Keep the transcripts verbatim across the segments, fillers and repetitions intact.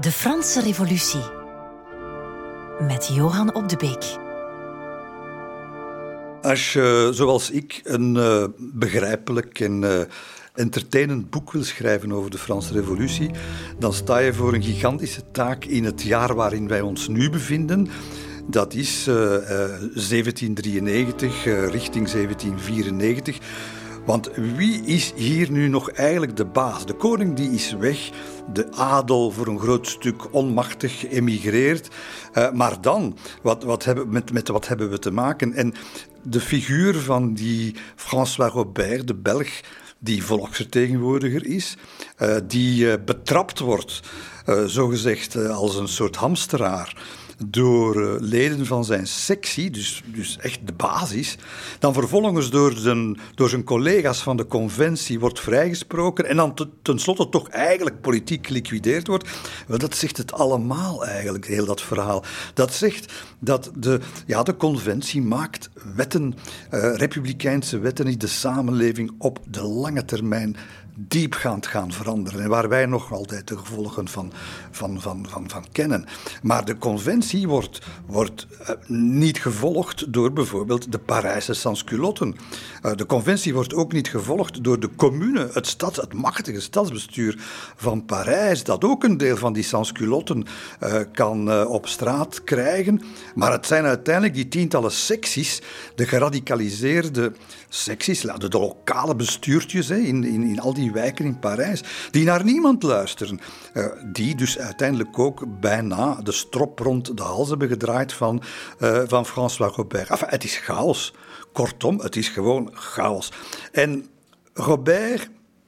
De Franse Revolutie met Johan Op de Beek. Als je, zoals ik, een uh, begrijpelijk en uh, entertainend boek wil schrijven over de Franse Revolutie, dan sta je voor een gigantische taak in het jaar waarin wij ons nu bevinden. Dat is uh, uh, zeventien drieënnegentig uh, richting zeventien vierennegentig. Want wie is hier nu nog eigenlijk de baas? De koning die is weg, de adel voor een groot stuk onmachtig geëmigreerd. Uh, maar dan, wat, wat hebben, met, met wat hebben we te maken? En de figuur van die François Robert, de Belg, die volksvertegenwoordiger is, uh, die uh, betrapt wordt, uh, zogezegd uh, als een soort hamsteraar, door uh, leden van zijn sectie, dus, dus echt de basis, dan vervolgens door, zijn, door zijn collega's van de conventie wordt vrijgesproken en dan te, tenslotte toch eigenlijk politiek geliquideerd wordt. Wel, dat zegt het allemaal eigenlijk, heel dat verhaal. Dat zegt dat de, ja, de conventie maakt wetten, uh, republikeinse wetten die de samenleving op de lange termijn diepgaand gaan veranderen en waar wij nog altijd de gevolgen van, van, van, van, van kennen. Maar de conventie wordt, wordt uh, niet gevolgd door bijvoorbeeld de Parijse sansculotten. Uh, de conventie wordt ook niet gevolgd door de commune, het, stad, het machtige stadsbestuur van Parijs, dat ook een deel van die sansculotten uh, kan uh, op straat krijgen. Maar het zijn uiteindelijk die tientallen secties, de geradicaliseerde secties, de, de lokale bestuurtjes hè, in, in, in al die wijken in Parijs, die naar niemand luisteren. Uh, die dus uiteindelijk ook bijna de strop rond de hals hebben gedraaid van, uh, van François Robert. Enfin, het is chaos. Kortom, het is gewoon chaos. En Robert,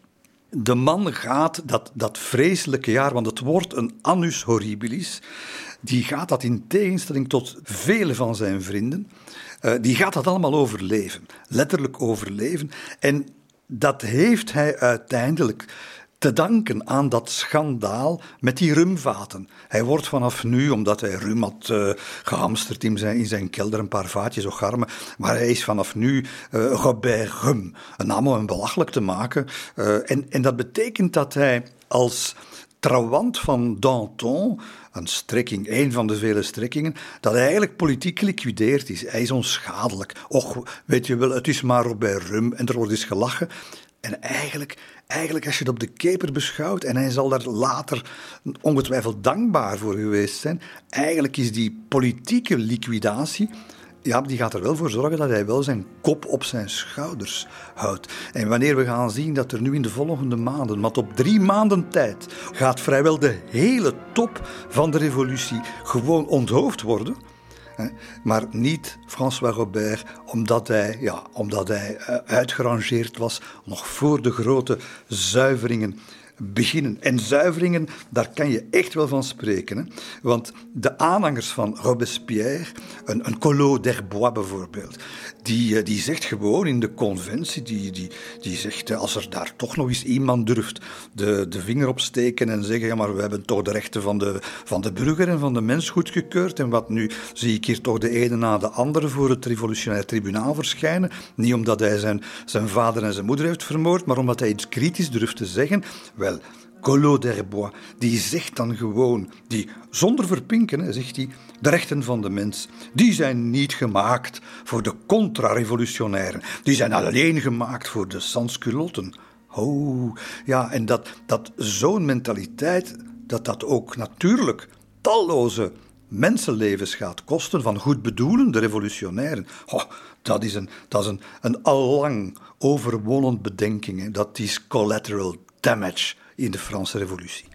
de man gaat dat, dat vreselijke jaar, want het wordt een annus horribilis, die gaat dat in tegenstelling tot vele van zijn vrienden, uh, die gaat dat allemaal overleven. Letterlijk overleven. En dat heeft hij uiteindelijk te danken aan dat schandaal met die rumvaten. Hij wordt vanaf nu, omdat hij rum had uh, gehamsterd in zijn, in zijn kelder, een paar vaatjes of garmen, maar hij is vanaf nu uh, Robert Rum. Een naam om hem belachelijk te maken. Uh, en, en dat betekent dat hij als trawant van Danton, een strekking, een van de vele strekkingen, dat hij eigenlijk politiek geliquideerd is. Hij is onschadelijk. Och, weet je wel, het is maar Robert Rum en er wordt eens gelachen. En eigenlijk, eigenlijk, als je het op de keper beschouwt, en hij zal daar later ongetwijfeld dankbaar voor geweest zijn, eigenlijk is die politieke liquidatie, ja, die gaat er wel voor zorgen dat hij wel zijn kop op zijn schouders houdt. En wanneer we gaan zien dat er nu in de volgende maanden, want op drie maanden tijd, gaat vrijwel de hele top van de revolutie gewoon onthoofd worden. Maar niet François Robert, omdat hij, ja, omdat hij uitgerangeerd was nog voor de grote zuiveringen beginnen. En zuiveringen, daar kan je echt wel van spreken. Hè? Want de aanhangers van Robespierre, een, een Collot d'Herbois bijvoorbeeld, die, die zegt gewoon in de conventie, die, die, die zegt, als er daar toch nog eens iemand durft de, de vinger op steken en zeggen, ja, maar we hebben toch de rechten van de, van de burger en van de mens goedgekeurd, en wat nu zie ik hier toch de ene na de andere voor het revolutionair tribunaal verschijnen, niet omdat hij zijn, zijn vader en zijn moeder heeft vermoord, maar omdat hij iets kritisch durft te zeggen. Wel, Collot d'Herbois, die zegt dan gewoon, die, zonder verpinken, hè, zegt hij, de rechten van de mens, die zijn niet gemaakt voor de contra-revolutionairen. Die zijn alleen gemaakt voor de sansculotten. Oh, ja, en dat, dat zo'n mentaliteit, dat dat ook natuurlijk talloze mensenlevens gaat kosten van goedbedoelende revolutionairen. Oh, dat is een, dat is een, een allang overwonnen bedenking. Hè. Dat is collateral damage in de Franse Revolutie.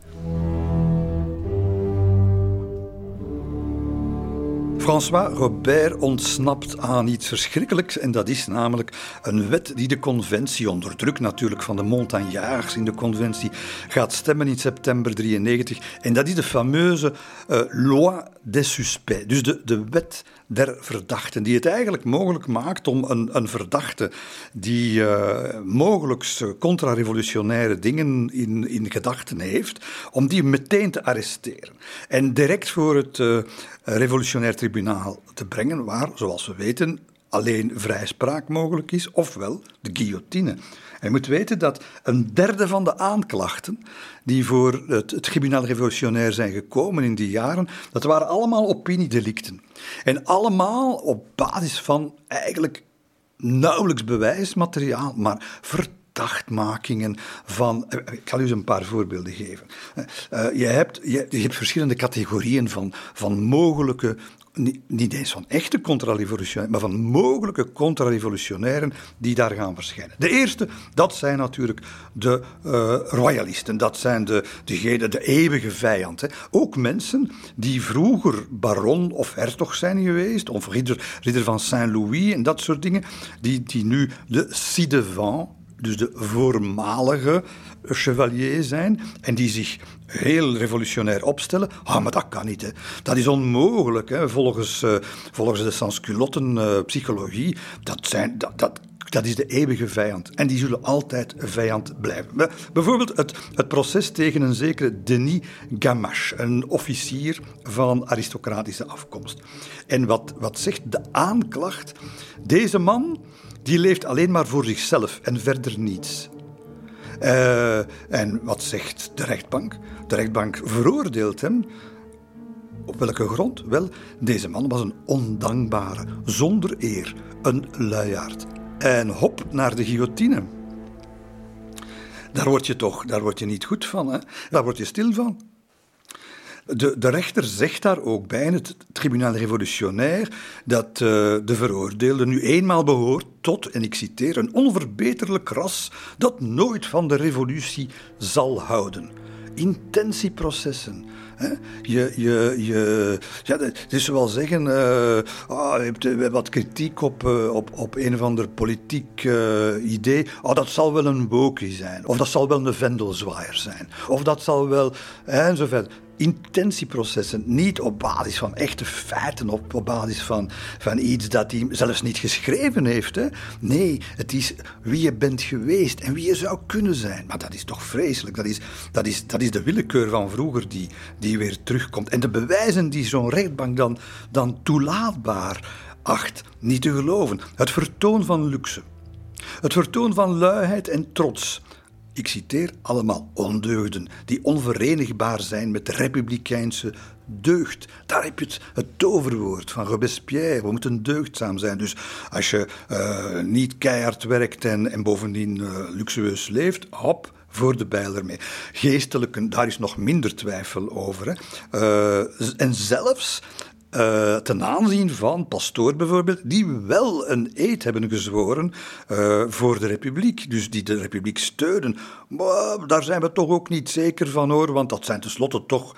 François Robert ontsnapt aan iets verschrikkelijks, en dat is namelijk een wet die de conventie, onder druk natuurlijk van de Montagnards in de conventie, gaat stemmen in september drieënnegentig. En dat is de fameuze uh, Loi des Suspects, dus de, de wet der verdachten, die het eigenlijk mogelijk maakt om een, een verdachte die uh, mogelijk contra-revolutionaire dingen in, in gedachten heeft, om die meteen te arresteren. En direct voor het uh, revolutionair tribunaal te brengen, waar, zoals we weten, alleen vrijspraak mogelijk is, ofwel de guillotine. En je moet weten dat een derde van de aanklachten die voor het, het tribunaal revolutionair zijn gekomen in die jaren, dat waren allemaal opiniedelicten. En allemaal op basis van eigenlijk nauwelijks bewijsmateriaal, maar verdachtmakingen van... Ik zal u eens een paar voorbeelden geven. Uh, je, hebt, je, je hebt verschillende categorieën van, van mogelijke... Niet, niet eens van echte contra-revolutionairen, maar van mogelijke contra-revolutionairen die daar gaan verschijnen. De eerste, dat zijn natuurlijk de uh, royalisten. Dat zijn de, degene, de eeuwige vijand. Hè. Ook mensen die vroeger baron of hertog zijn geweest, of ridder, ridder van Saint-Louis en dat soort dingen, die, die nu de ci-devant, dus de voormalige chevalier zijn, en die zich heel revolutionair opstellen. Ah, maar dat kan niet, hè. Dat is onmogelijk, hè. Volgens, uh, volgens de sansculotten uh, psychologie, dat, zijn, dat, dat, dat is de eeuwige vijand. En die zullen altijd vijand blijven. Bijvoorbeeld het, het proces tegen een zekere Denis Gamache, een officier van aristocratische afkomst. En wat, wat zegt de aanklacht? Deze man, die leeft alleen maar voor zichzelf en verder niets. Uh, en wat zegt de rechtbank? De rechtbank veroordeelt hem. Op welke grond? Wel, deze man was een ondankbare, zonder eer, een luiaard. En hop naar de guillotine. Daar word je toch, daar word je niet goed van, hè? Daar word je stil van. De, de rechter zegt daar ook bij, in het tribunaal revolutionair, dat uh, de veroordeelde nu eenmaal behoort tot, en ik citeer, een onverbeterlijk ras dat nooit van de revolutie zal houden. Intentieprocessen. Hè? Je, je, je, ja, het is zoals zeggen, uh, oh, je hebt uh, wat kritiek op, uh, op, op een of ander politiek uh, idee. Oh, dat zal wel een wokie zijn. Of dat zal wel een vendelzwaaier zijn. Of dat zal wel... Hè, en zo verder. Intentieprocessen, niet op basis van echte feiten, op, op basis van, van iets dat hij zelfs niet geschreven heeft. Hè. Nee, het is wie je bent geweest en wie je zou kunnen zijn. Maar dat is toch vreselijk. Dat is, dat is, dat is de willekeur van vroeger die, die weer terugkomt. En de bewijzen die zo'n rechtbank dan, dan toelaatbaar acht, niet te geloven. Het vertoon van luxe. Het vertoon van luiheid en trots. Ik citeer, allemaal ondeugden die onverenigbaar zijn met de republikeinse deugd. Daar heb je het, het toverwoord van Robespierre. We moeten deugdzaam zijn. Dus als je uh, niet keihard werkt en, en bovendien uh, luxueus leeft, hop, voor de bijl ermee. Geestelijke, daar is nog minder twijfel over. Hè. Uh, en zelfs... Uh, ten aanzien van pastoor bijvoorbeeld, die wel een eed hebben gezworen uh, voor de republiek, dus die de republiek steunen. Maar daar zijn we toch ook niet zeker van, hoor, want dat zijn tenslotte toch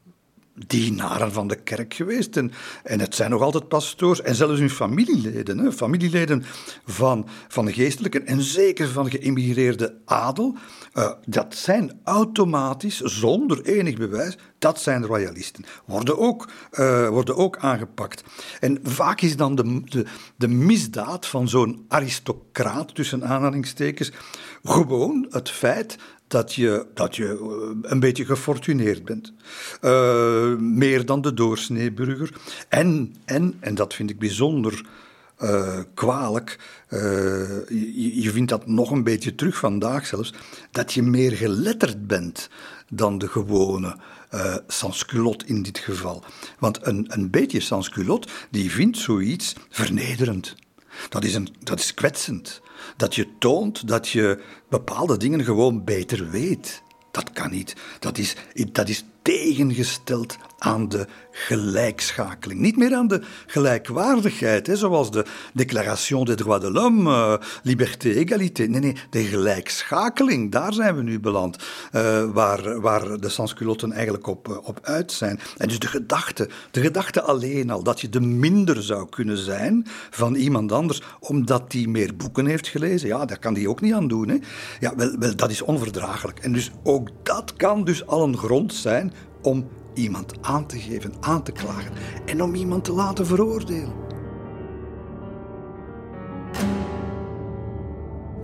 dienaren van de kerk geweest. En, en het zijn nog altijd pastoors en zelfs hun familieleden, hè, familieleden van, van de geestelijken en zeker van geëmigreerde adel. Uh, dat zijn automatisch, zonder enig bewijs, dat zijn royalisten. Worden ook, uh, worden ook aangepakt. En vaak is dan de, de, de misdaad van zo'n aristocraat, tussen aanhalingstekens, gewoon het feit dat je, dat je een beetje gefortuneerd bent. Uh, meer dan de doorsneeburger. En, en, en dat vind ik bijzonder uh, kwalijk, uh, je, je vindt dat nog een beetje terug vandaag zelfs, dat je meer geletterd bent dan de gewone uh, sansculotte in dit geval. Want een, een beetje sansculotte, die vindt zoiets vernederend. Dat is, een, dat is kwetsend. Dat je toont dat je bepaalde dingen gewoon beter weet. Dat kan niet. Dat is, dat is tegengesteld aan de gelijkschakeling. Niet meer aan de gelijkwaardigheid, hè, zoals de Déclaration des droits de l'homme, uh, liberté, égalité. Nee, nee, de gelijkschakeling, daar zijn we nu beland. Uh, waar, waar de sansculotten eigenlijk op, uh, op uit zijn. En dus de gedachte, de gedachte alleen al, dat je de minder zou kunnen zijn van iemand anders, omdat die meer boeken heeft gelezen. Ja, daar kan die ook niet aan doen. Hè. Ja, wel, wel, dat is onverdraaglijk. En dus ook dat kan dus al een grond zijn om iemand aan te geven, aan te klagen en om iemand te laten veroordelen.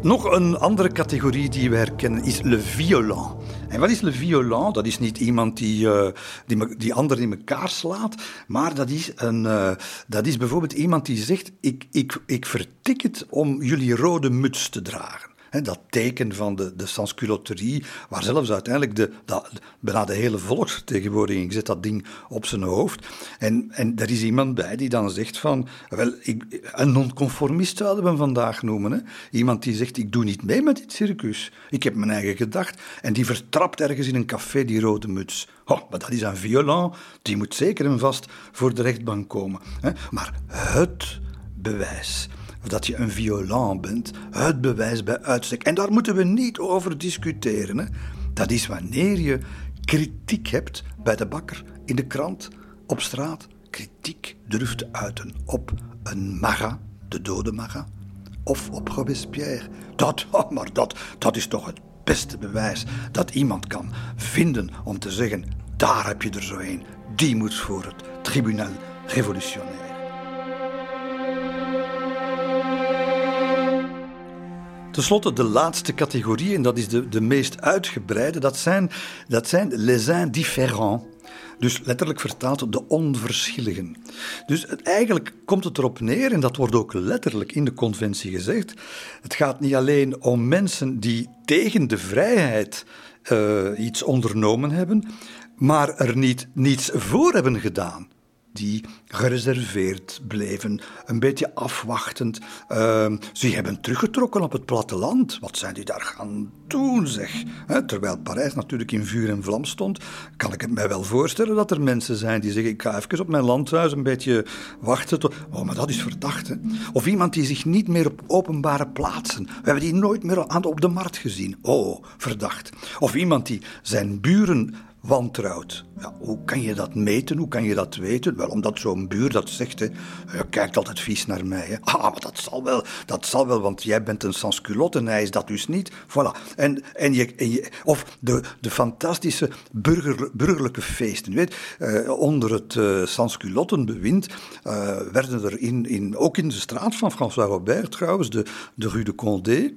Nog een andere categorie die we herkennen is le violent. En wat is le violent? Dat is niet iemand die, uh, die, die anderen in elkaar slaat, maar dat is, een, uh, dat is bijvoorbeeld iemand die zegt, ik, ik, ik vertik het om jullie rode muts te dragen. He, dat teken van de, de sansculotterie, waar zelfs uiteindelijk de, de, bijna de hele volksvertegenwoordiging zet dat ding op zijn hoofd. En, en er is iemand bij die dan zegt van, wel, ik, een nonconformist zouden we hem vandaag noemen. Hè? Iemand die zegt, ik doe niet mee met dit circus. Ik heb mijn eigen gedacht. En die vertrapt ergens in een café die rode muts. Oh, maar dat is een violent, die moet zeker en vast voor de rechtbank komen. Hè? Maar het bewijs dat je een violent bent, het bewijs bij uitstek. En daar moeten we niet over discussiëren. Hè. Dat is wanneer je kritiek hebt bij de bakker, in de krant, op straat. Kritiek durft te uiten op een Marat, de dode Marat, of op Robespierre. Dat, oh, maar dat, dat is toch het beste bewijs dat iemand kan vinden om te zeggen, daar heb je er zo een, die moet voor het tribunaal revolutionair. Ten slotte de laatste categorie, en dat is de, de meest uitgebreide, dat zijn, dat zijn les indifférents. Dus letterlijk vertaald de onverschilligen. Dus het, eigenlijk komt het erop neer, en dat wordt ook letterlijk in de conventie gezegd, het gaat niet alleen om mensen die tegen de vrijheid uh, iets ondernomen hebben, maar er niet, niets voor hebben gedaan. Die gereserveerd bleven, een beetje afwachtend. Uh, ze hebben teruggetrokken op het platteland. Wat zijn die daar gaan doen, zeg? He, terwijl Parijs natuurlijk in vuur en vlam stond, kan ik het mij wel voorstellen dat er mensen zijn die zeggen, ik ga even op mijn landhuis een beetje wachten. Tot... Oh, maar dat is verdacht, hè? Of iemand die zich niet meer op openbare plaatsen... We hebben die nooit meer aan, op de markt gezien. Oh, verdacht. Of iemand die zijn buren wantrouwt. Ja, hoe kan je dat meten? Hoe kan je dat weten? Wel, omdat zo'n buur dat zegt, hè, je kijkt altijd vies naar mij. Hè. Ah, maar dat zal wel, dat zal wel, want jij bent een sansculotte en hij is dat dus niet. Voilà. En, en je, en je, of de, de fantastische burger, burgerlijke feesten. Weet, uh, onder het uh, sansculottenbewind uh, werden er in, in, ook in de straat van François Robert trouwens, de, de Rue de Condé,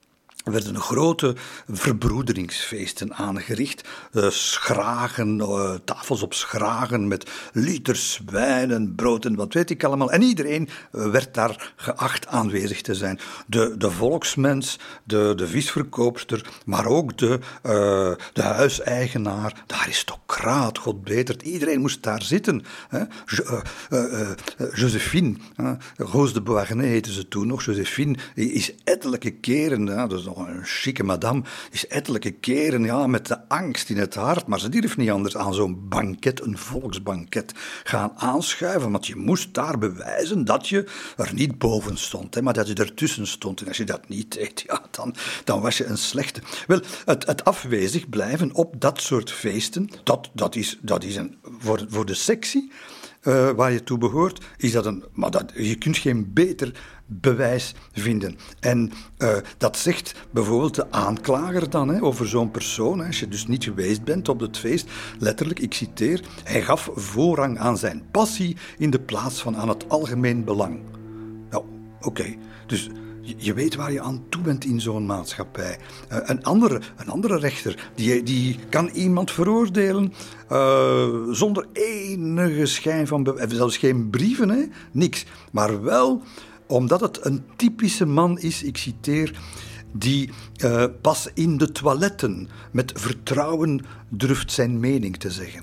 er werden grote verbroederingsfeesten aangericht. Uh, schragen, uh, tafels op schragen met liters wijn en brood en wat weet ik allemaal. En iedereen uh, werd daar geacht aanwezig te zijn. De, de volksmens, de, de visverkoopster, maar ook de, uh, de huiseigenaar, de aristocraat, God betert. Iedereen moest daar zitten. Hè. Jo, uh, uh, uh, Josephine, uh, Rose de Beauharnais heette ze toen nog. Josephine is ettelijke keren, ja, dus nog een chique madame, is ettelijke keren ja, met de angst in het hart, maar ze durft niet anders aan zo'n banket, een volksbanket, gaan aanschuiven, want je moest daar bewijzen dat je er niet boven stond, hè, maar dat je ertussen stond. En als je dat niet deed, ja, dan, dan was je een slechte. Wel, het, het afwezig blijven op dat soort feesten, dat, dat is, dat is een, voor, voor de sectie uh, waar je toe behoort, is dat een, maar dat, je kunt geen beter bewijs vinden. En uh, dat zegt bijvoorbeeld de aanklager dan hè, over zo'n persoon. Hè, als je dus niet geweest bent op het feest, letterlijk, ik citeer, hij gaf voorrang aan zijn passie in de plaats van aan het algemeen belang. Nou, oké. Okay. Dus je weet waar je aan toe bent in zo'n maatschappij. Uh, een, andere, een andere rechter, die, die kan iemand veroordelen uh, zonder enige schijn van bewijs. Zelfs geen brieven, hè? Niks. Maar wel omdat het een typische man is, ik citeer, die uh, pas in de toiletten met vertrouwen durft zijn mening te zeggen.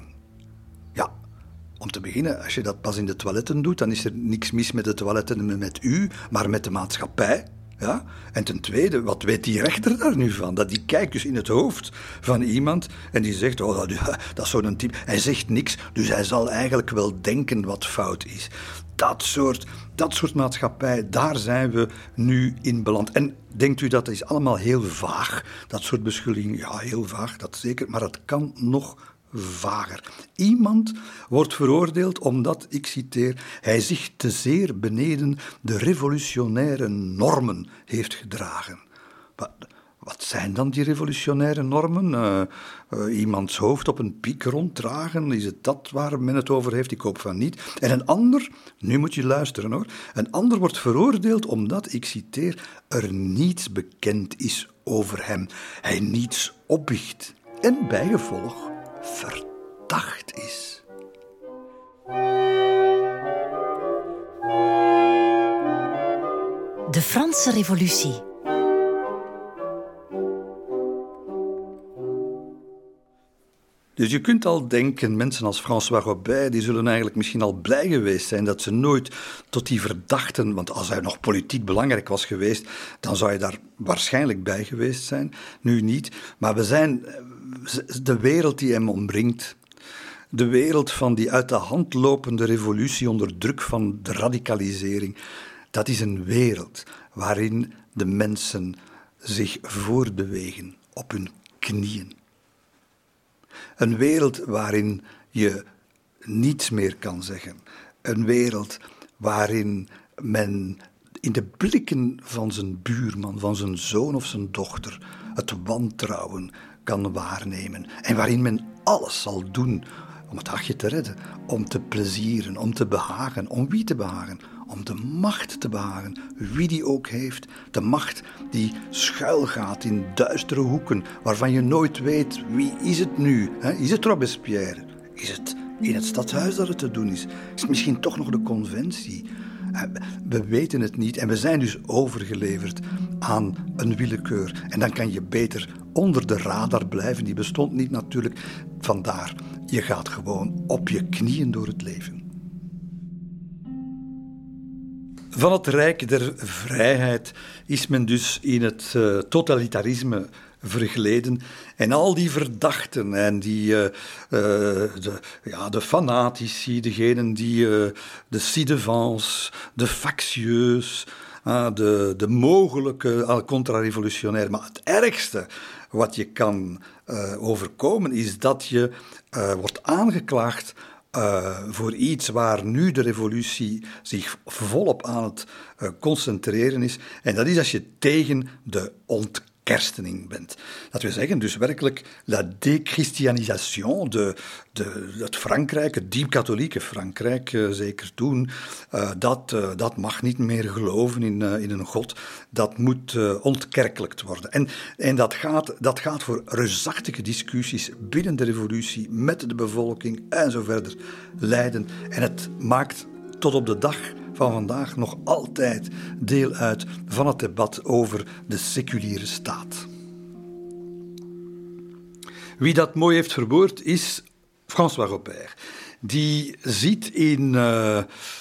Ja, om te beginnen, als je dat pas in de toiletten doet, dan is er niks mis met de toiletten en met u, maar met de maatschappij. Ja? En ten tweede, wat weet die rechter daar nu van? Dat die kijkt dus in het hoofd van iemand en die zegt, oh, dat, dat is zo'n type. Hij zegt niks, dus hij zal eigenlijk wel denken wat fout is. Dat soort, dat soort maatschappij, daar zijn we nu in beland. En denkt u dat is allemaal heel vaag? Dat soort beschuldigingen, ja, heel vaag, dat zeker, maar het kan nog vager. Iemand wordt veroordeeld omdat, ik citeer, hij zich te zeer beneden de revolutionaire normen heeft gedragen. Wat, Wat zijn dan die revolutionaire normen? Uh, uh, iemands hoofd op een piek ronddragen, is het dat waar men het over heeft? Ik hoop van niet. En een ander, nu moet je luisteren hoor, een ander wordt veroordeeld omdat, ik citeer, er niets bekend is over hem. Hij niets opbiecht en bijgevolg verdacht is. De Franse Revolutie. Dus je kunt al denken, mensen als François Robert, die zullen eigenlijk misschien al blij geweest zijn dat ze nooit tot die verdachten, want als hij nog politiek belangrijk was geweest, dan zou je daar waarschijnlijk bij geweest zijn. Nu niet, maar we zijn de wereld die hem omringt, de wereld van die uit de hand lopende revolutie onder druk van de radicalisering, dat is een wereld waarin de mensen zich voortbewegen op hun knieën. Een wereld waarin je niets meer kan zeggen. Een wereld waarin men in de blikken van zijn buurman, van zijn zoon of zijn dochter, het wantrouwen kan waarnemen. En waarin men alles zal doen om het hachje te redden, om te plezieren, om te behagen. Om wie te behagen? Om de macht te behagen, wie die ook heeft. De macht die schuilgaat in duistere hoeken, waarvan je nooit weet, wie is het nu? Is het Robespierre? Is het in het stadhuis dat het te doen is? Is het misschien toch nog de conventie? We weten het niet en we zijn dus overgeleverd aan een willekeur. En dan kan je beter onder de radar blijven, die bestond niet natuurlijk. Vandaar, je gaat gewoon op je knieën door het leven. Van het rijk der vrijheid is men dus in het uh, totalitarisme vergleden. En al die verdachten en die, uh, uh, de, ja, de fanatici, degenen die uh, de ci-devants, de factieus, uh, de, de mogelijke uh, contra-revolutionair. Maar het ergste wat je kan uh, overkomen is dat je uh, wordt aangeklaagd Uh, voor iets waar nu de revolutie zich volop aan het uh, concentreren is. En dat is als je tegen de ontkerstening bent. Dat wil zeggen, dus werkelijk la déchristianisation, de, de, het Frankrijk, het diep katholieke Frankrijk, uh, zeker toen, uh, dat, uh, dat mag niet meer geloven in, uh, in een god. Dat moet uh, ontkerkelijkt worden. En, en dat, gaat, dat gaat voor reusachtige discussies binnen de revolutie, met de bevolking en zo verder leiden. En het maakt tot op de dag van vandaag nog altijd deel uit van het debat over de seculiere staat. Wie dat mooi heeft verwoord is François Robert. Die ziet in uh,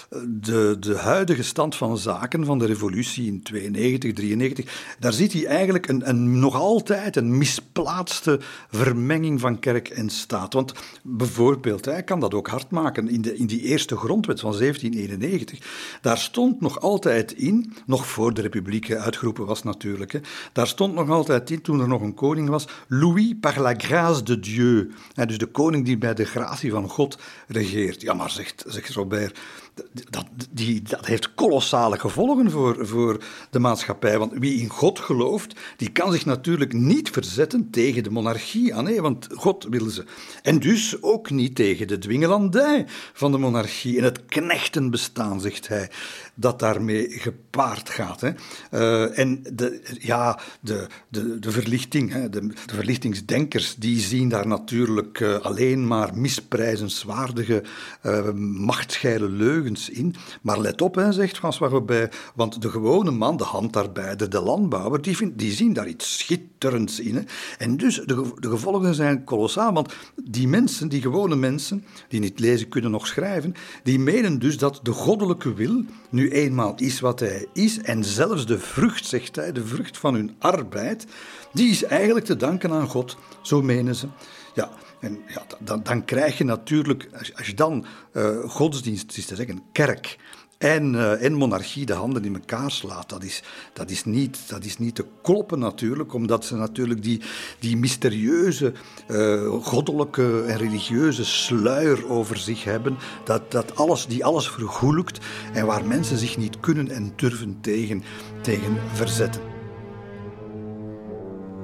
de, de huidige stand van zaken van de revolutie in tweeënnegentig, drieënnegentig, daar ziet hij eigenlijk een, een, nog altijd een misplaatste vermenging van kerk en staat. Want bijvoorbeeld, hij kan dat ook hard maken, in, de, in die eerste grondwet van zeventien eenennegentig, daar stond nog altijd in, nog voor de republiek uitgeroepen was natuurlijk, hè, daar stond nog altijd in, toen er nog een koning was, Louis par la grâce de Dieu. Hè, dus de koning die bij de gratie van God regeert. Ja, maar zegt, zegt Robert, dat, die, dat heeft kolossale gevolgen voor, voor de maatschappij. Want wie in God gelooft, die kan zich natuurlijk niet verzetten tegen de monarchie. Ah nee, want God wil ze. En dus ook niet tegen de dwingelandij van de monarchie en het knechtenbestaan, zegt hij, dat daarmee gepaard gaat. Hè. Uh, en de, ja, de, de, de verlichting, hè, de, de verlichtingsdenkers, die zien daar natuurlijk uh, alleen maar misprijzenswaardige, uh, machtsgeile leugens in. Maar let op, hè, zegt François Robert, want de gewone man, de handarbeider, de landbouwer, die, vind, die zien daar iets schitterends in. Hè. En dus de, de gevolgen zijn kolossaal, want die mensen, die gewone mensen, die niet lezen kunnen nog schrijven, die menen dus dat de goddelijke wil nu eenmaal is wat hij is, en zelfs de vrucht, zegt hij, de vrucht van hun arbeid, die is eigenlijk te danken aan God, zo menen ze. Ja, en ja, dan, dan krijg je natuurlijk, als je dan uh, godsdienst, is te zeggen, kerk en, uh, en monarchie de handen in elkaar slaat, dat is, dat is, niet, dat is niet te kloppen natuurlijk, omdat ze natuurlijk die, die mysterieuze, uh, goddelijke en religieuze sluier over zich hebben, dat, dat alles, die alles vergoelijkt en waar mensen zich niet kunnen en durven tegen, tegen verzetten.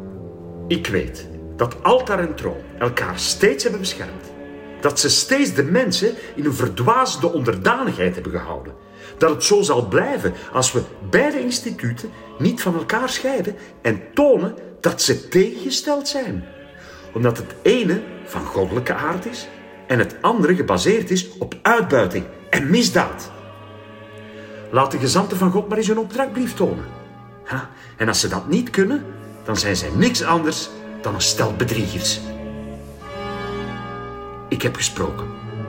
Ik weet dat altaar en troon elkaar steeds hebben beschermd. Dat ze steeds de mensen in een verdwaasde onderdanigheid hebben gehouden. Dat het zo zal blijven als we beide instituten niet van elkaar scheiden en tonen dat ze tegengesteld zijn. Omdat het ene van goddelijke aard is en het andere gebaseerd is op uitbuiting en misdaad. Laat de gezanten van God maar eens hun opdrachtbrief tonen. Ha, en als ze dat niet kunnen, dan zijn zij niks anders dan een stel bedriegers. Ik heb gesproken.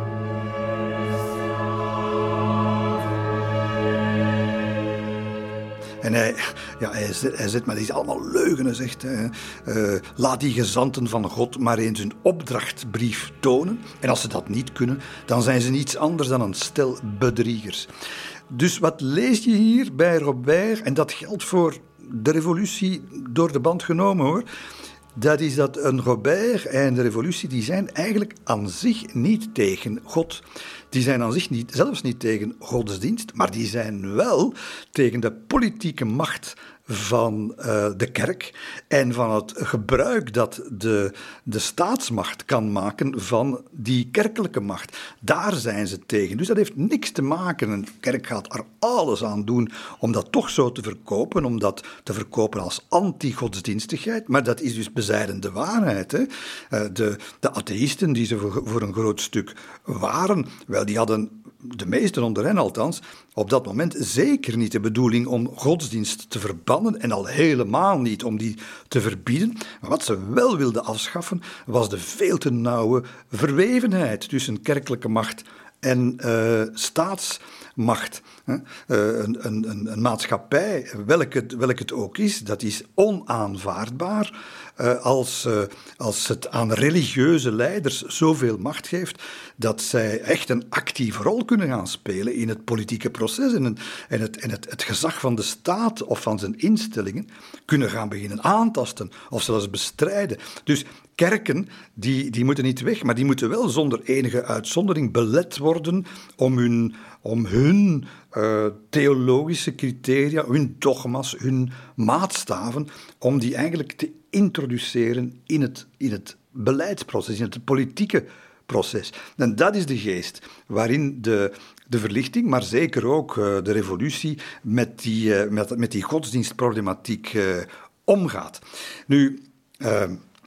En hij, ja, hij, zet, hij zet maar die allemaal leugenen, zegt hij. Uh, laat die gezanten van God maar eens hun opdrachtbrief tonen. En als ze dat niet kunnen, dan zijn ze niets anders dan een stel bedriegers. Dus wat lees je hier bij Robert? En dat geldt voor de revolutie door de band genomen, hoor. Dat is dat een Robert en de revolutie, die zijn eigenlijk aan zich niet tegen God. Die zijn aan zich niet, zelfs niet tegen godsdienst, maar die zijn wel tegen de politieke macht van uh, de kerk en van het gebruik dat de, de staatsmacht kan maken van die kerkelijke macht. Daar zijn ze tegen. Dus dat heeft niks te maken. Een kerk gaat er alles aan doen om dat toch zo te verkopen, om dat te verkopen als anti-godsdienstigheid, maar dat is dus bezijden de waarheid. Hè? Uh, de, de atheïsten, die ze voor, voor een groot stuk waren, wel, die hadden, de meesten onder hen althans, op dat moment zeker niet de bedoeling om godsdienst te verbannen en al helemaal niet om die te verbieden. Maar wat ze wel wilden afschaffen was de veel te nauwe verwevenheid tussen kerkelijke macht en uh, staatsmacht. Uh, een, een, een maatschappij, welk het, welk het ook is, dat is onaanvaardbaar uh, als, uh, als het aan religieuze leiders zoveel macht geeft dat zij echt een actieve rol kunnen gaan spelen in het politieke proces en, en, het, en het, het gezag van de staat of van zijn instellingen kunnen gaan beginnen aantasten of zelfs bestrijden. Dus kerken, die, die moeten niet weg, maar die moeten wel zonder enige uitzondering belet worden om hun, om hun uh, theologische criteria, hun dogma's, hun maatstaven, om die eigenlijk te introduceren in het, in het beleidsproces, in het politieke proces. En dat is de geest waarin de, de verlichting, maar zeker ook uh, de revolutie met die, uh, met, met die godsdienstproblematiek uh, omgaat. Nu, uh,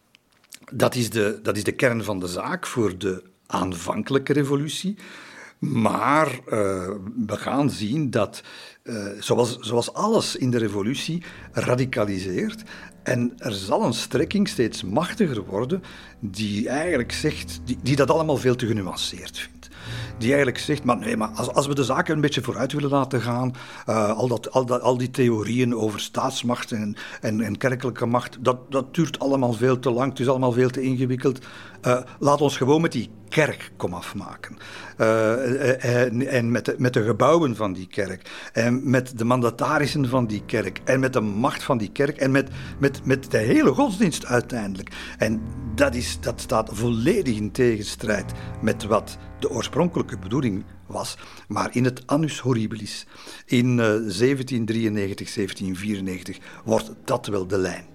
dat is, de, dat is de kern van de zaak voor de aanvankelijke revolutie. Maar uh, we gaan zien dat, uh, zoals, zoals alles in de revolutie, radicaliseert. En er zal een strekking steeds machtiger worden die eigenlijk zegt, die, die dat allemaal veel te genuanceerd vindt. Die eigenlijk zegt, maar nee, maar als, als we de zaken een beetje vooruit willen laten gaan, uh, al, dat, al, dat, al die theorieën over staatsmacht en, en, en kerkelijke macht, dat, dat duurt allemaal veel te lang, het is allemaal veel te ingewikkeld. Uh, laat ons gewoon met die kerk komaf maken. Uh, en en met, de, met de gebouwen van die kerk. En met de mandatarissen van die kerk. En met de macht van die kerk. En met, met, met de hele godsdienst uiteindelijk. En dat, is, dat staat volledig in tegenstrijd met wat de oorspronkelijke bedoeling was. Maar in het annus horribilis, in uh, zeventien drieënnegentig, zeventien vierennegentig, wordt dat wel de lijn.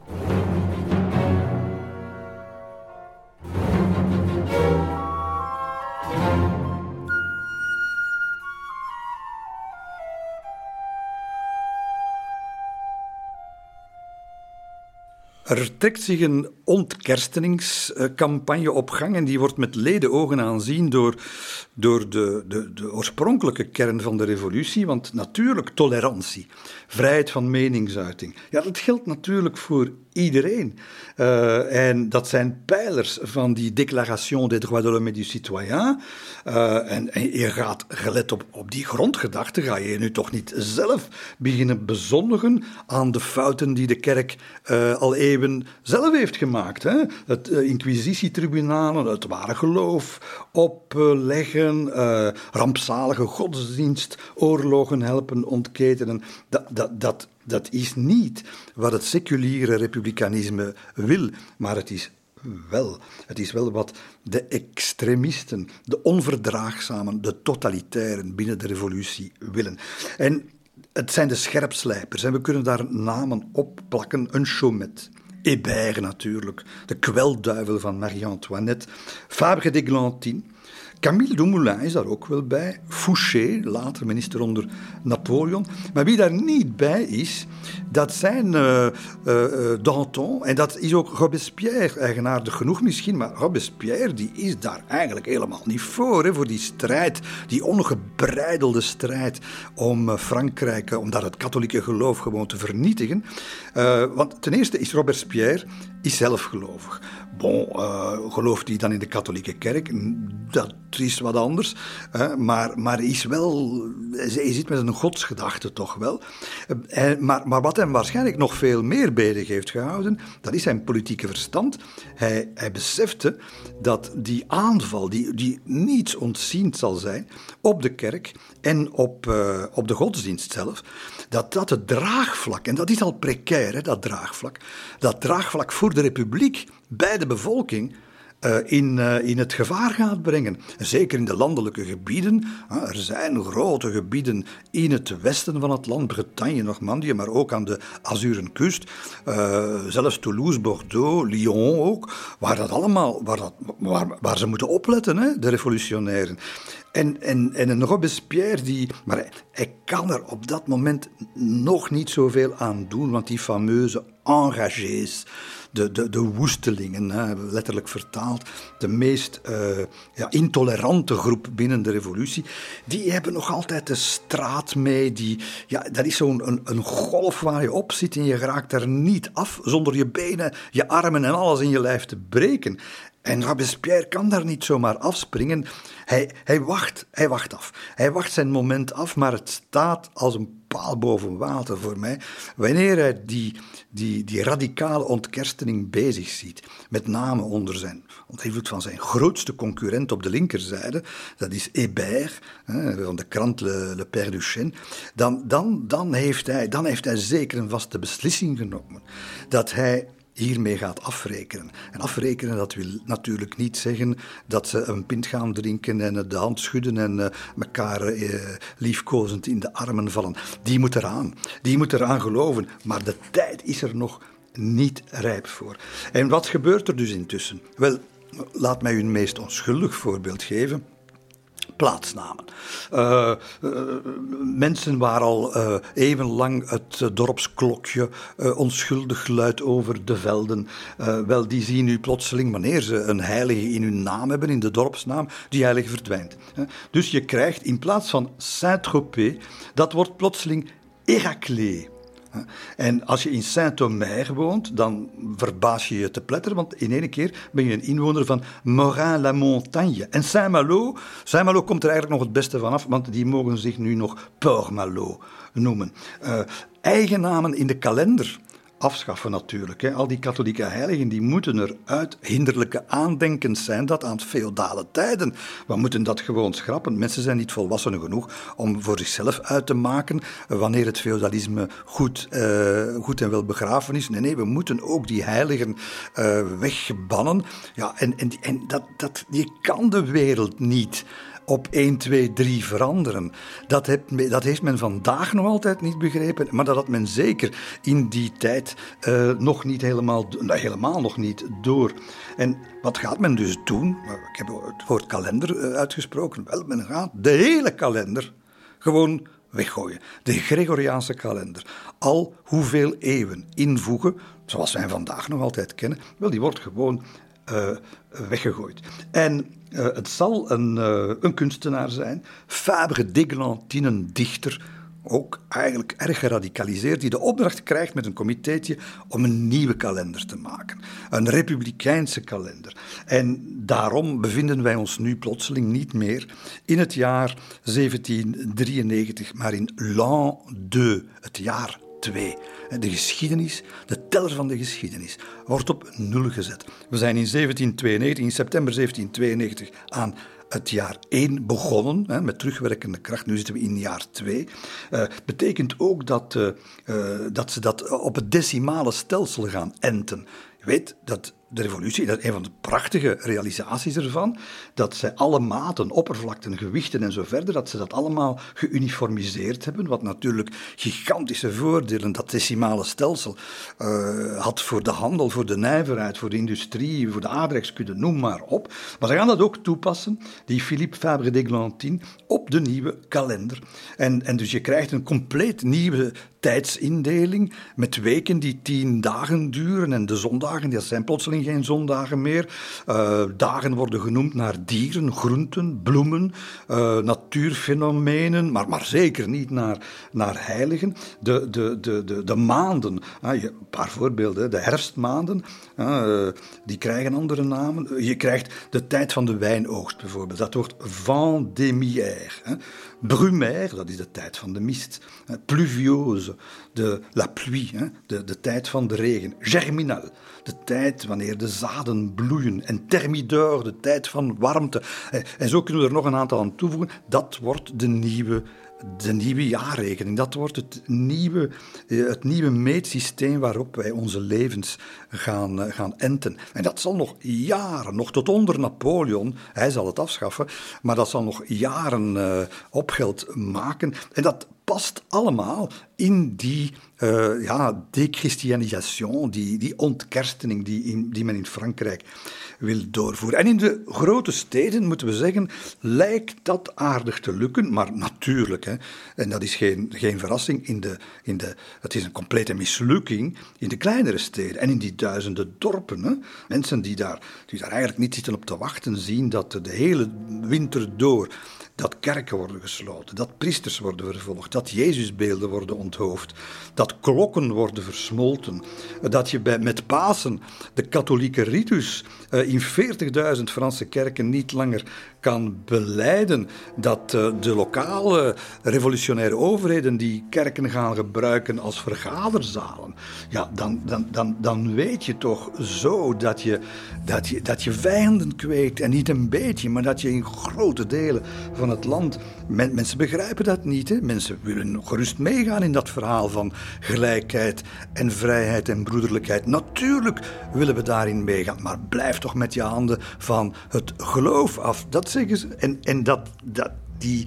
Er trekt zich een ontkersteningscampagne op gang en die wordt met ledenogen aanzien door, door de, de, de oorspronkelijke kern van de revolutie. Want natuurlijk tolerantie, vrijheid van meningsuiting, ja, dat geldt natuurlijk voor iedereen. Uh, en dat zijn pijlers van die Déclaration des droits de l'homme et du citoyen. Uh, en, en je gaat, gelet op, op die grondgedachte, ga je nu toch niet zelf beginnen bezondigen aan de fouten die de kerk uh, al eeuwen zelf heeft gemaakt. Hè? Het uh, inquisitietribunalen, het ware geloof opleggen, uh, rampzalige godsdienst, oorlogen helpen ontketenen. Dat, dat, dat Dat is niet wat het seculiere republikeinisme wil, maar het is wel. Het is wel wat de extremisten, de onverdraagzamen, de totalitairen binnen de revolutie willen. En het zijn de scherpslijpers en we kunnen daar namen op plakken. Een Chaumet, Hébert natuurlijk, de kwelduivel van Marie-Antoinette, Fabre d'Églantine. Camille Dumoulin is daar ook wel bij. Fouché, later minister onder Napoleon. Maar wie daar niet bij is, dat zijn uh, uh, Danton. En dat is ook Robespierre, eigenaardig genoeg misschien. Maar Robespierre die is daar eigenlijk helemaal niet voor. Hè, voor die strijd, die ongebreidelde strijd om uh, Frankrijk, om daar het katholieke geloof gewoon te vernietigen. Uh, want ten eerste is Robespierre is zelf gelovig. Bon, uh, gelooft hij dan in de katholieke kerk? Dat is wat anders. Uh, maar, maar hij is wel... Hij zit met een godsgedachte toch wel. Uh, maar, maar wat hem waarschijnlijk nog veel meer bezig heeft gehouden, dat is zijn politieke verstand. Hij, hij besefte dat die aanval, die, die niets ontziend zal zijn op de kerk en op, uh, op de godsdienst zelf, dat dat het draagvlak, en dat is al precair, hè, dat draagvlak, dat draagvlak voor de republiek bij de bevolking uh, in, uh, in het gevaar gaat brengen. En zeker in de landelijke gebieden. Uh, er zijn grote gebieden in het westen van het land, Bretagne, Normandië, maar ook aan de Azuren kust. Uh, zelfs Toulouse, Bordeaux, Lyon ook, waar, dat allemaal, waar, dat, waar, waar ze moeten opletten, hè, de revolutionairen. En, en, en een Robespierre, die, maar hij, hij kan er op dat moment nog niet zoveel aan doen, want die fameuze enragés, de, de, de woestelingen, hè, letterlijk vertaald, de meest uh, ja, intolerante groep binnen de revolutie, die hebben nog altijd de straat mee. Die, ja, dat is zo'n een, een golf waar je op zit en je raakt er niet af zonder je benen, je armen en alles in je lijf te breken. En Robespierre kan daar niet zomaar afspringen. Hij, hij, wacht, hij wacht af. Hij wacht zijn moment af, maar het staat als een paal boven water voor mij. Wanneer hij die, die, die radicale ontkerstening bezig ziet, met name onder zijn, onder invloed van zijn grootste concurrent op de linkerzijde, dat is Hébert, hè, van de krant Le, Le Père Duchesne, dan, dan, dan, heeft hij, dan heeft hij zeker een vaste beslissing genomen. Dat hij hiermee gaat afrekenen. En afrekenen, dat wil natuurlijk niet zeggen dat ze een pint gaan drinken en de hand schudden en uh, elkaar uh, liefkozend in de armen vallen. Die moet eraan. Die moet eraan geloven. Maar de tijd is er nog niet rijp voor. En wat gebeurt er dus intussen? Wel, laat mij u een meest onschuldig voorbeeld geven. Plaatsnamen. Uh, uh, mensen waar al uh, eeuwenlang het uh, dorpsklokje uh, onschuldig luidt over de velden. Uh, wel, die zien nu plotseling, wanneer ze een heilige in hun naam hebben, in de dorpsnaam, die heilige verdwijnt. Uh, dus je krijgt in plaats van Saint-Tropez, dat wordt plotseling Héraclée. En als je in Saint-Omer woont, dan verbaas je je te pletteren, want in één keer ben je een inwoner van Morin-la-Montagne. En Saint-Malo, Saint-Malo komt er eigenlijk nog het beste vanaf, want die mogen zich nu nog Port-Malo noemen. Uh, eigen namen in de kalender afschaffen natuurlijk. Hè. Al die katholieke heiligen die moeten eruit. Hinderlijke aandenkens zijn dat aan feodale tijden. We moeten dat gewoon schrappen. Mensen zijn niet volwassen genoeg om voor zichzelf uit te maken wanneer het feodalisme goed, uh, goed en wel begraven is. Nee, nee, we moeten ook die heiligen uh, wegbannen. Ja, en en, en dat, dat, je kan de wereld niet op één, twee, drie veranderen. Dat, heb, dat heeft men vandaag nog altijd niet begrepen, maar dat had men zeker in die tijd uh, nog niet helemaal, helemaal nog niet door. En wat gaat men dus doen? Ik heb het woord kalender uitgesproken. Wel, men gaat de hele kalender gewoon weggooien. De Gregoriaanse kalender. Al hoeveel eeuwen invoegen, zoals wij vandaag nog altijd kennen, wel, die wordt gewoon uh, weggegooid. En Uh, het zal een, uh, een kunstenaar zijn, Fabre d'Églantine, een dichter, ook eigenlijk erg geradicaliseerd, die de opdracht krijgt met een comitéetje om een nieuwe kalender te maken. Een republikeinse kalender. En daarom bevinden wij ons nu plotseling niet meer in het jaar zeventien drieënnegentig, maar in l'an deux, het jaar twee. De geschiedenis, de teller van de geschiedenis, wordt op nul gezet. We zijn in zeventien tweeënnegentig, in september zeventien tweeënnegentig aan het jaar één begonnen, hè, met terugwerkende kracht. Nu zitten we in jaar twee. Uh, betekent ook dat, uh, uh, dat ze dat op het decimale stelsel gaan enten. Je weet dat de revolutie, dat is een van de prachtige realisaties ervan, dat zij alle maten, oppervlakten, gewichten en zo verder, dat ze dat allemaal geuniformiseerd hebben, wat natuurlijk gigantische voordelen, dat decimale stelsel, uh, had voor de handel, voor de nijverheid, voor de industrie, voor de aardrijkskunde, noem maar op. Maar ze gaan dat ook toepassen, die Philippe Fabre d'Églantine, op de nieuwe kalender. En, en dus je krijgt een compleet nieuwe tijdsindeling met weken die tien dagen duren en de zondagen, dat zijn plotseling geen zondagen meer. Uh, dagen worden genoemd naar dieren, groenten, bloemen, uh, natuurfenomenen, maar, maar zeker niet naar, naar heiligen. De, de, de, de, de maanden, uh, een paar voorbeelden, de herfstmaanden, uh, die krijgen andere namen. Je krijgt de tijd van de wijnoogst bijvoorbeeld, dat wordt vendémiaire. Uh. Brumaire, dat is de tijd van de mist. Uh, pluviose, de la pluie, uh, de, de tijd van de regen. Germinal, de tijd wanneer de zaden bloeien. En thermidor, de tijd van warmte. En zo kunnen we er nog een aantal aan toevoegen. Dat wordt de nieuwe, de nieuwe jaarrekening. Dat wordt het nieuwe, het nieuwe meetsysteem waarop wij onze levens gaan, gaan enten. En dat zal nog jaren, nog tot onder Napoleon, hij zal het afschaffen, maar dat zal nog jaren uh, opgeld maken. En dat past allemaal in die uh, ja, déchristianisation, die, die ontkerstening die, in, die men in Frankrijk wil doorvoeren. En in de grote steden, moeten we zeggen, lijkt dat aardig te lukken, maar natuurlijk, hè, en dat is geen, geen verrassing, in de, in de, het is een complete mislukking in de kleinere steden en in die duizenden dorpen. Hè. Mensen die daar, die daar eigenlijk niet zitten op te wachten, zien dat de hele winter door dat kerken worden gesloten, dat priesters worden vervolgd, dat Jezusbeelden worden onthoofd, dat klokken worden versmolten, dat je bij, met Pasen de katholieke ritus uh, in veertigduizend Franse kerken niet langer kan belijden, dat uh, de lokale revolutionaire overheden die kerken gaan gebruiken als vergaderzalen. Ja, dan, dan, dan, dan weet je toch zo dat je, dat, je, dat je vijanden kweekt, en niet een beetje, maar dat je in grote delen van het land, men, mensen begrijpen dat niet, hè? Mensen willen gerust meegaan in dat verhaal van gelijkheid en vrijheid en broederlijkheid. Natuurlijk willen we daarin meegaan, maar blijf toch met je handen van het geloof af. Dat zeggen ze. En, en dat, dat, die,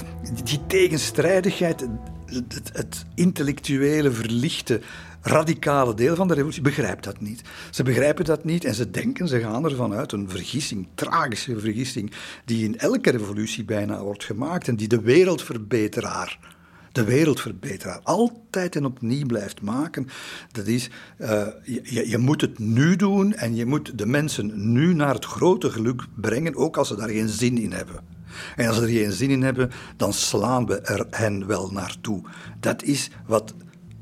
die tegenstrijdigheid, het, het intellectuele, verlichte, radicale deel van de revolutie begrijpt dat niet. Ze begrijpen dat niet en ze denken, ze gaan ervan uit, een vergissing, tragische vergissing, die in elke revolutie bijna wordt gemaakt en die de wereldverbeteraar, de wereldverbeteraar altijd en opnieuw blijft maken. Dat is, uh, je, je moet het nu doen en je moet de mensen nu naar het grote geluk brengen, ook als ze daar geen zin in hebben. En als ze er geen zin in hebben, dan slaan we er hen wel naartoe. Dat is wat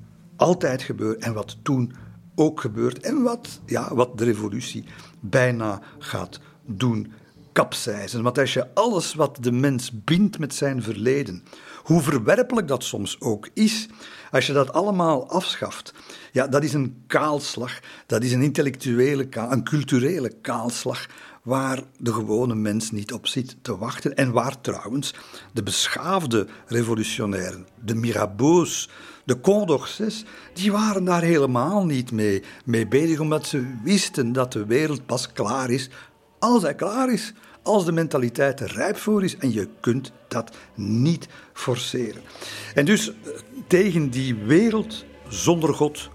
altijd gebeurt en wat toen ook gebeurt en wat, ja, wat de revolutie bijna gaat doen kapseizen. Want als je alles wat de mens bindt met zijn verleden, hoe verwerpelijk dat soms ook is, als je dat allemaal afschaft, ja, dat is een kaalslag, dat is een intellectuele, een culturele kaalslag, waar de gewone mens niet op zit te wachten en waar trouwens de beschaafde revolutionairen, de Mirabeaus, de Condorcets, die waren daar helemaal niet mee, mee bezig, omdat ze wisten dat de wereld pas klaar is als hij klaar is, als de mentaliteit er rijp voor is, en je kunt dat niet forceren. En dus tegen die wereld zonder God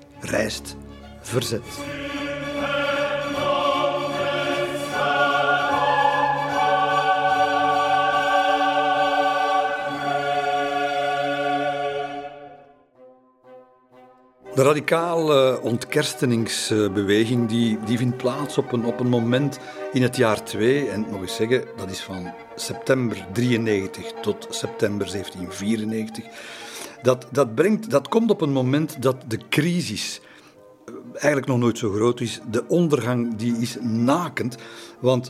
rijst verzet. De radicale ontkersteningsbeweging die, die vindt plaats op een, op een moment in het jaar twee. En nog eens zeggen, dat is van september drieënnegentig tot september zeventien vierennegentig. Dat, dat, brengt, dat komt op een moment dat de crisis eigenlijk nog nooit zo groot is. De ondergang die is nakend, want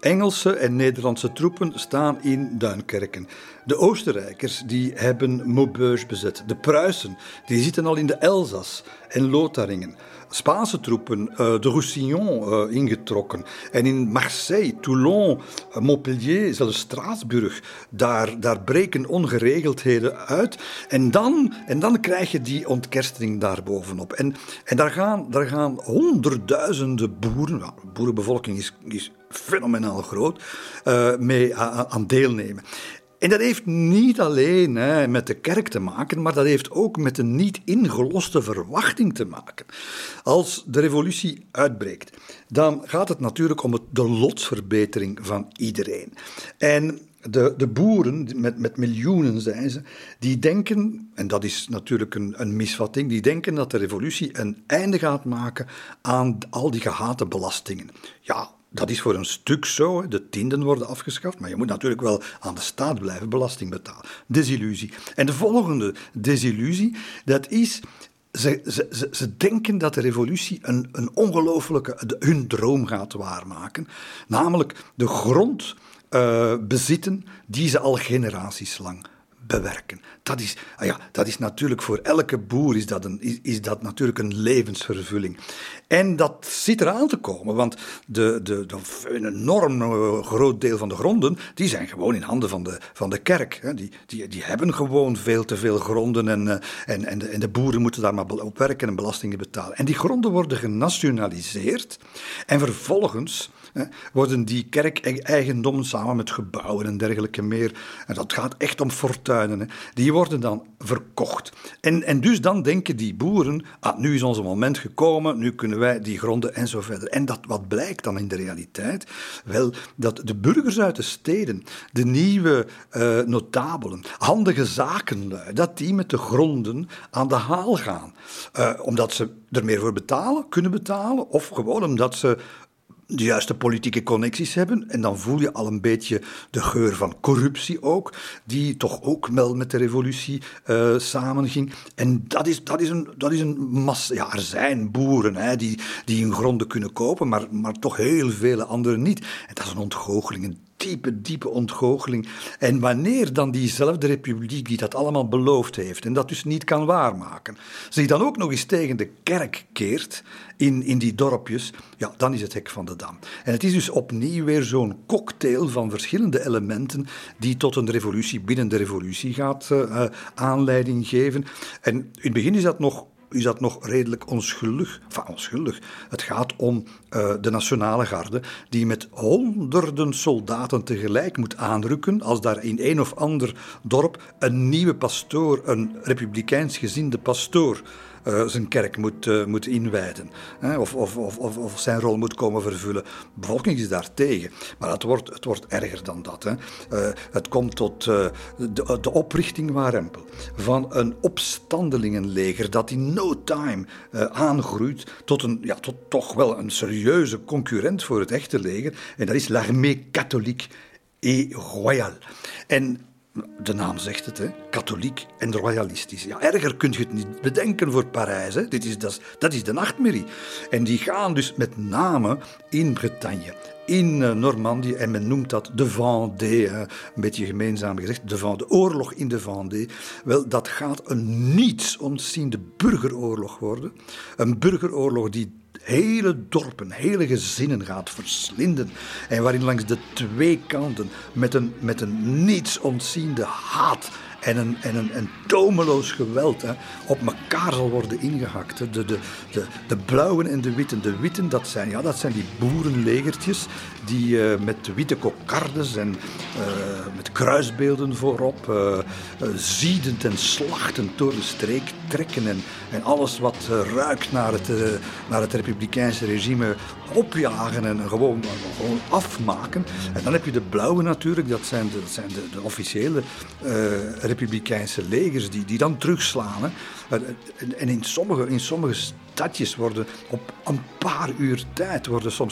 Engelse en Nederlandse troepen staan in Duinkerken. De Oostenrijkers die hebben Maubeuge bezet. De Pruisen die zitten al in de Elzas en Lotharingen. Spaanse troepen, uh, de Roussillon uh, ingetrokken. En in Marseille, Toulon, uh, Montpellier, zelfs Straatsburg, daar, daar breken ongeregeldheden uit. En dan, en dan krijg je die ontkerstening daarbovenop. En, en daar, gaan, daar gaan honderdduizenden boeren, nou, de boerenbevolking is, is fenomenaal groot, uh, mee aan, aan deelnemen. En dat heeft niet alleen hè, met de kerk te maken, maar dat heeft ook met een niet ingeloste verwachting te maken. Als de revolutie uitbreekt, dan gaat het natuurlijk om het, de lotsverbetering van iedereen. En de, de boeren, met, met miljoenen zijn ze, die denken, en dat is natuurlijk een, een misvatting, die denken dat de revolutie een einde gaat maken aan al die gehate belastingen. Ja, dat is voor een stuk zo, de tienden worden afgeschaft, maar je moet natuurlijk wel aan de staat blijven belasting betalen. Desillusie. En de volgende desillusie, dat is, ze, ze, ze, ze denken dat de revolutie een, een ongelooflijke, hun droom gaat waarmaken, namelijk de grond uh, bezitten die ze al generaties lang bewerken. Dat is, ah ja, dat is natuurlijk voor elke boer is dat, een, is, is dat natuurlijk een levensvervulling. En dat zit eraan te komen, want de, de, de, een enorm groot deel van de gronden, die zijn gewoon in handen van de, van de kerk. Die, die, die hebben gewoon veel te veel gronden en, en, en, de, en de boeren moeten daar maar op werken en belastingen betalen. En die gronden worden genationaliseerd en vervolgens hè, worden die kerkeigendommen samen met gebouwen en dergelijke meer, en dat gaat echt om fortuinen, hè, die worden dan verkocht. En, en dus dan denken die boeren, ah, nu is ons moment gekomen, nu kunnen wij die gronden en zo verder. En dat, wat blijkt dan in de realiteit? Wel, dat de burgers uit de steden, de nieuwe uh, notabelen, handige zakenlui, dat die met de gronden aan de haal gaan. Uh, omdat ze er meer voor betalen, kunnen betalen, of gewoon omdat ze de juiste politieke connecties hebben. En dan voel je al een beetje de geur van corruptie ook, die toch ook wel met de revolutie uh, samenging. En dat is, dat is een, dat is een massa. Ja, er zijn boeren hè, die, die hun gronden kunnen kopen, maar, maar toch heel vele anderen niet. En dat is een ontgoocheling, een diepe, diepe ontgoocheling. En wanneer dan diezelfde republiek die dat allemaal beloofd heeft en dat dus niet kan waarmaken, zich dan ook nog eens tegen de kerk keert in, in die dorpjes, ja, dan is het hek van de dam. En het is dus opnieuw weer zo'n cocktail van verschillende elementen die tot een revolutie binnen de revolutie gaat uh, aanleiding geven. En in het begin is dat nog is dat nog redelijk onschuldig. Enfin, onschuldig. Het gaat om uh, de nationale garde die met honderden soldaten tegelijk moet aanrukken als daar in een of ander dorp een nieuwe pastoor, een republikeins gezinde pastoor, Uh, zijn kerk moet, uh, moet inwijden. Hè, of, of, of, of zijn rol moet komen vervullen. De bevolking is daar tegen. Maar het wordt, het wordt erger dan dat. Hè. Uh, het komt tot uh, de, de oprichting Warempel van een opstandelingenleger dat in no time uh, aangroeit tot, een, ja, tot toch wel een serieuze concurrent voor het echte leger. En dat is l'Armée catholique et royale. En de naam zegt het, hè? Katholiek en royalistisch. Ja, erger kun je het niet bedenken voor Parijs. Hè? Dit is, dat, is, dat is de nachtmerrie. En die gaan dus met name in Bretagne, in uh, Normandië, en men noemt dat de Vendée, uh, een beetje gemeenzaam gezegd, de, Vendée, de oorlog in de Vendée. Wel, dat gaat een niets ontziende burgeroorlog worden. Een burgeroorlog die hele dorpen, hele gezinnen gaat verslinden. En waarin langs de twee kanten met een, met een niets ontziende haat en een, en een, een tomeloos geweld hè, op elkaar zal worden ingehakt. De, de, de, de blauwen en de witten. De witten, dat zijn, ja, dat zijn die boerenlegertjes die uh, met witte kokardes en uh, met kruisbeelden voorop uh, uh, ziedend en slachtend door de streek trekken en, en alles wat uh, ruikt naar het, uh, naar het republikeinse regime opjagen en gewoon, gewoon afmaken. En dan heb je de blauwen natuurlijk, dat zijn de, dat zijn de, de officiële uh, republikeinse legers die, die dan terugslaan. Hè. En, en in sommige, in sommige stadjes worden op een paar uur tijd worden soms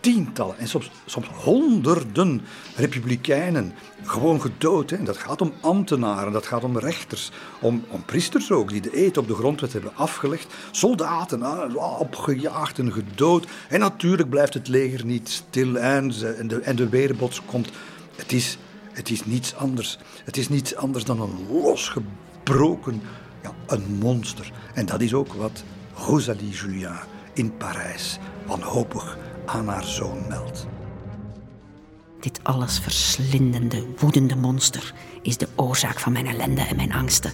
tientallen en soms, soms honderden republikeinen gewoon gedood. Hè. Dat gaat om ambtenaren, dat gaat om rechters, om, om priesters ook, die de eed op de grondwet hebben afgelegd. Soldaten, ah, opgejaagd en gedood. En natuurlijk blijft het leger niet stil en, ze, en, de, en de weerbots komt. Het is, het is niets anders. Het is niets anders dan een losgebroken, ja, een monster. En dat is ook wat Rosalie Julien in Parijs wanhopig aan haar zoon meldt. Dit alles verslindende, woedende monster is de oorzaak van mijn ellende en mijn angsten.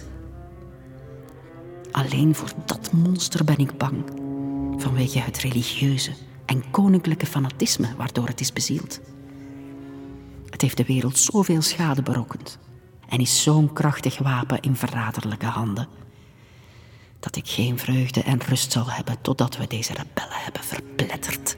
Alleen voor dat monster ben ik bang, vanwege het religieuze en koninklijke fanatisme waardoor het is bezield. Het heeft de wereld zoveel schade berokkend en is zo'n krachtig wapen in verraderlijke handen, dat ik geen vreugde en rust zal hebben totdat we deze rebellen hebben verpletterd.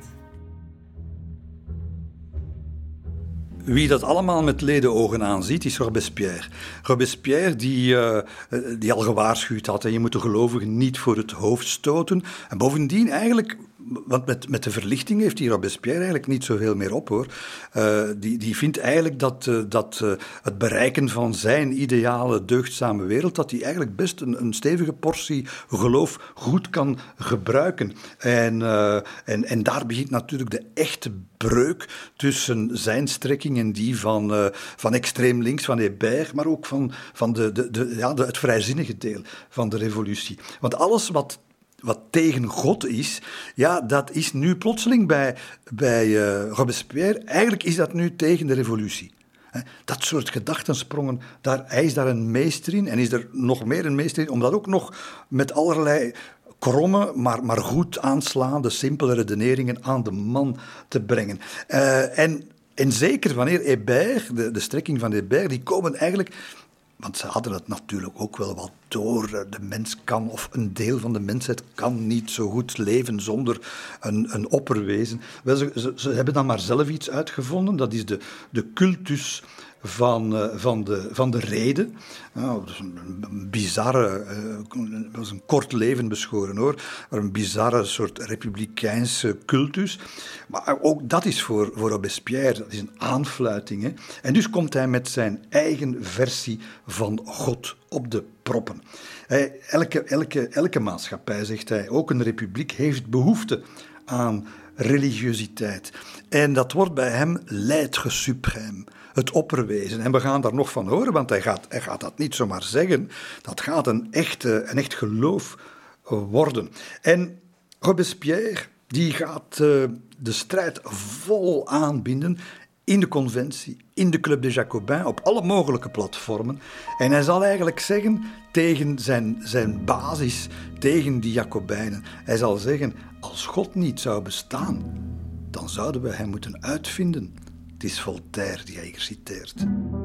Wie dat allemaal met ledenogen aanziet, is Robespierre. Robespierre die, uh, die al gewaarschuwd had, en je moet de gelovigen niet voor het hoofd stoten. En bovendien eigenlijk, want met, met de verlichting heeft die Robespierre eigenlijk niet zoveel meer op, hoor. Uh, die, die vindt eigenlijk dat, uh, dat uh, het bereiken van zijn ideale, deugdzame wereld, dat hij eigenlijk best een, een stevige portie geloof goed kan gebruiken. En, uh, en, en daar begint natuurlijk de echte breuk tussen zijn strekking en die van, uh, van extreem links, van Hébert, maar ook van, van de, de, de, ja, de, het vrijzinnige deel van de revolutie. Want alles wat Wat tegen God is, ja, dat is nu plotseling bij, bij uh, Robespierre, eigenlijk is dat nu tegen de revolutie. Dat soort gedachtensprongen, daar, hij is daar een meester in en is er nog meer een meester in, om dat ook nog met allerlei kromme, maar, maar goed aanslaande, simpele redeneringen aan de man te brengen. Uh, en, en zeker wanneer Hébert, de, de strekking van Hébert, die komen eigenlijk... Want ze hadden het natuurlijk ook wel wat door. De mens kan, of een deel van de mensheid kan niet zo goed leven zonder een, een opperwezen. Wel, ze, ze, ze hebben dan maar zelf iets uitgevonden. Dat is de, de cultus van, uh, van, de, van de rede. Nou, dat is een, een bizarre, uh, dat is een kort leven beschoren, hoor. Maar een bizarre soort republikeinse cultus. Maar ook dat is voor, voor Robespierre, dat is een aanfluiting. Hè. En dus komt hij met zijn eigen versie van God op de proppen. Hij, elke, elke, elke maatschappij, zegt hij, ook een republiek, heeft behoefte aan religiositeit. En dat wordt bij hem l'être suprême, het opperwezen. En we gaan daar nog van horen, want hij gaat, hij gaat dat niet zomaar zeggen. Dat gaat een, echte, een echt geloof worden. En Robespierre, die gaat uh, de strijd vol aanbinden in de conventie, in de Club des Jacobins, op alle mogelijke platformen. En hij zal eigenlijk zeggen tegen zijn, zijn basis, tegen die Jacobijnen, hij zal zeggen, als God niet zou bestaan, dan zouden we hem moeten uitvinden. Het is Voltaire die hij hier citeert.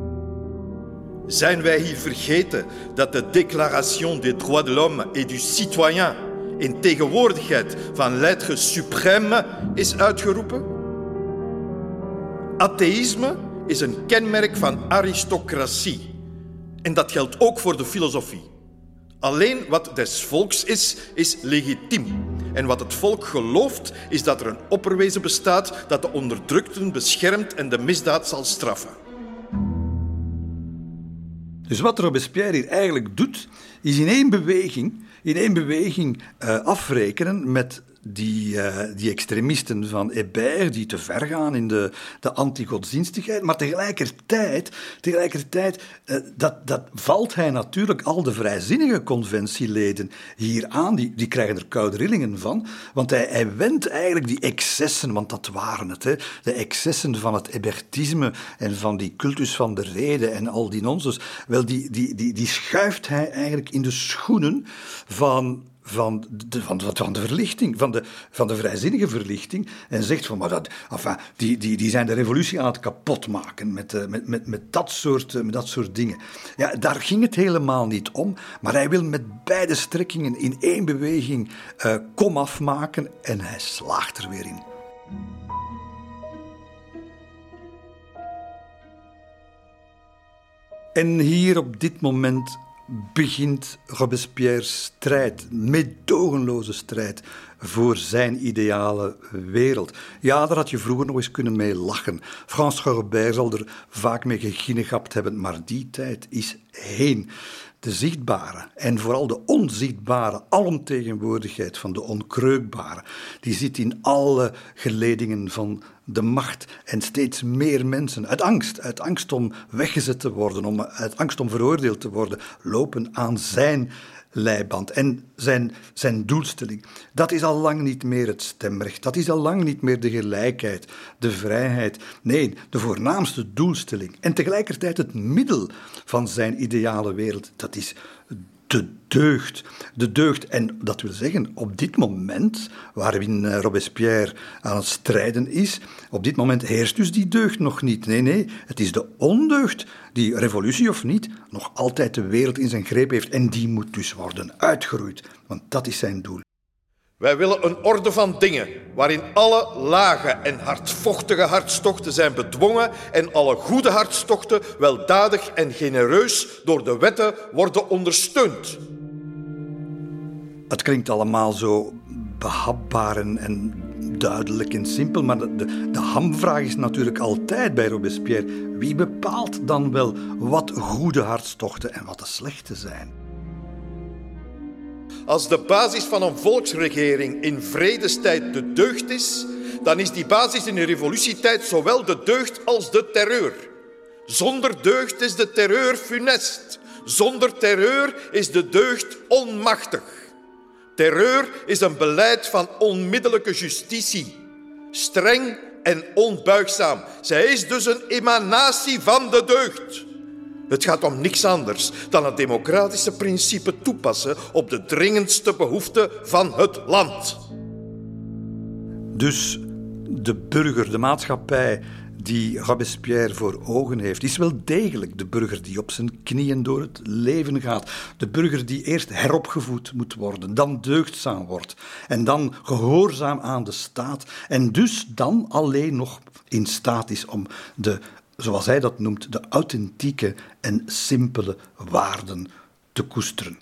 Zijn wij hier vergeten dat de Déclaration des droits de l'homme et du citoyen in tegenwoordigheid van l'être suprême is uitgeroepen? Atheïsme is een kenmerk van aristocratie. En dat geldt ook voor de filosofie. Alleen wat des volks is, is legitiem. En wat het volk gelooft, is dat er een opperwezen bestaat dat de onderdrukten beschermt en de misdaad zal straffen. Dus wat Robespierre hier eigenlijk doet, is in één beweging, in één beweging uh, afrekenen met die, uh, die extremisten van Hébert, die te ver gaan in de, de antigodsdienstigheid, maar tegelijkertijd, tegelijkertijd uh, dat, dat valt hij natuurlijk al de vrijzinnige conventieleden hier aan, die, die krijgen er koude rillingen van, want hij, hij wendt eigenlijk die excessen, want dat waren het, hè, de excessen van het Hébertisme en van die cultus van de rede en al die nonsens, wel, die, die, die, die schuift hij eigenlijk in de schoenen van... Van de, van, van de verlichting, van de, van de vrijzinnige verlichting, en zegt van, maar dat, enfin, die, die, die zijn de revolutie aan het kapotmaken met, met, met, met, dat soort, met dat soort dingen. Ja, daar ging het helemaal niet om, maar hij wil met beide strekkingen in één beweging uh, komaf maken en hij slaagt er weer in. En hier op dit moment begint Robespierre's strijd, meedogenloze strijd voor zijn ideale wereld. Ja, daar had je vroeger nog eens kunnen mee lachen. Frans Robert zal er vaak mee geginnegapt hebben, maar die tijd is heen. De zichtbare en vooral de onzichtbare alomtegenwoordigheid van de onkreukbare, die zit in alle geledingen van de macht en steeds meer mensen, uit angst, uit angst om weggezet te worden, om, uit angst om veroordeeld te worden, lopen aan zijn leiband. En zijn, zijn doelstelling, dat is al lang niet meer het stemrecht, dat is al lang niet meer de gelijkheid, de vrijheid. Nee, de voornaamste doelstelling en tegelijkertijd het middel van zijn ideale wereld, dat is de deugd. De deugd, en dat wil zeggen, op dit moment, waarin Robespierre aan het strijden is, op dit moment heerst dus die deugd nog niet. Nee, nee, het is de ondeugd die, revolutie of niet, nog altijd de wereld in zijn greep heeft en die moet dus worden uitgeroeid, want dat is zijn doel. Wij willen een orde van dingen waarin alle lage en hardvochtige hartstochten zijn bedwongen en alle goede hartstochten weldadig en genereus door de wetten worden ondersteund. Het klinkt allemaal zo behapbaar en, en duidelijk en simpel, maar de, de, de hamvraag is natuurlijk altijd bij Robespierre: wie bepaalt dan wel wat goede hartstochten en wat de slechte zijn? Als de basis van een volksregering in vredestijd de deugd is, dan is die basis in een revolutietijd zowel de deugd als de terreur. Zonder deugd is de terreur funest. Zonder terreur is de deugd onmachtig. Terreur is een beleid van onmiddellijke justitie. Streng en onbuigzaam. Zij is dus een emanatie van de deugd. Het gaat om niks anders dan het democratische principe toepassen op de dringendste behoeften van het land. Dus de burger, de maatschappij die Robespierre voor ogen heeft, is wel degelijk de burger die op zijn knieën door het leven gaat. De burger die eerst heropgevoed moet worden, dan deugdzaam wordt en dan gehoorzaam aan de staat en dus dan alleen nog in staat is om de, zoals hij dat noemt, de authentieke en simpele waarden te koesteren.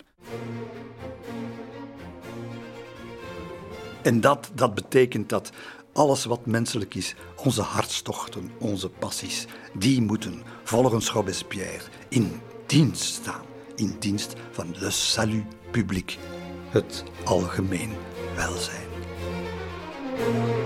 En dat, dat betekent dat alles wat menselijk is, onze hartstochten, onze passies, die moeten volgens Robespierre in dienst staan. In dienst van le salut public, het algemeen welzijn.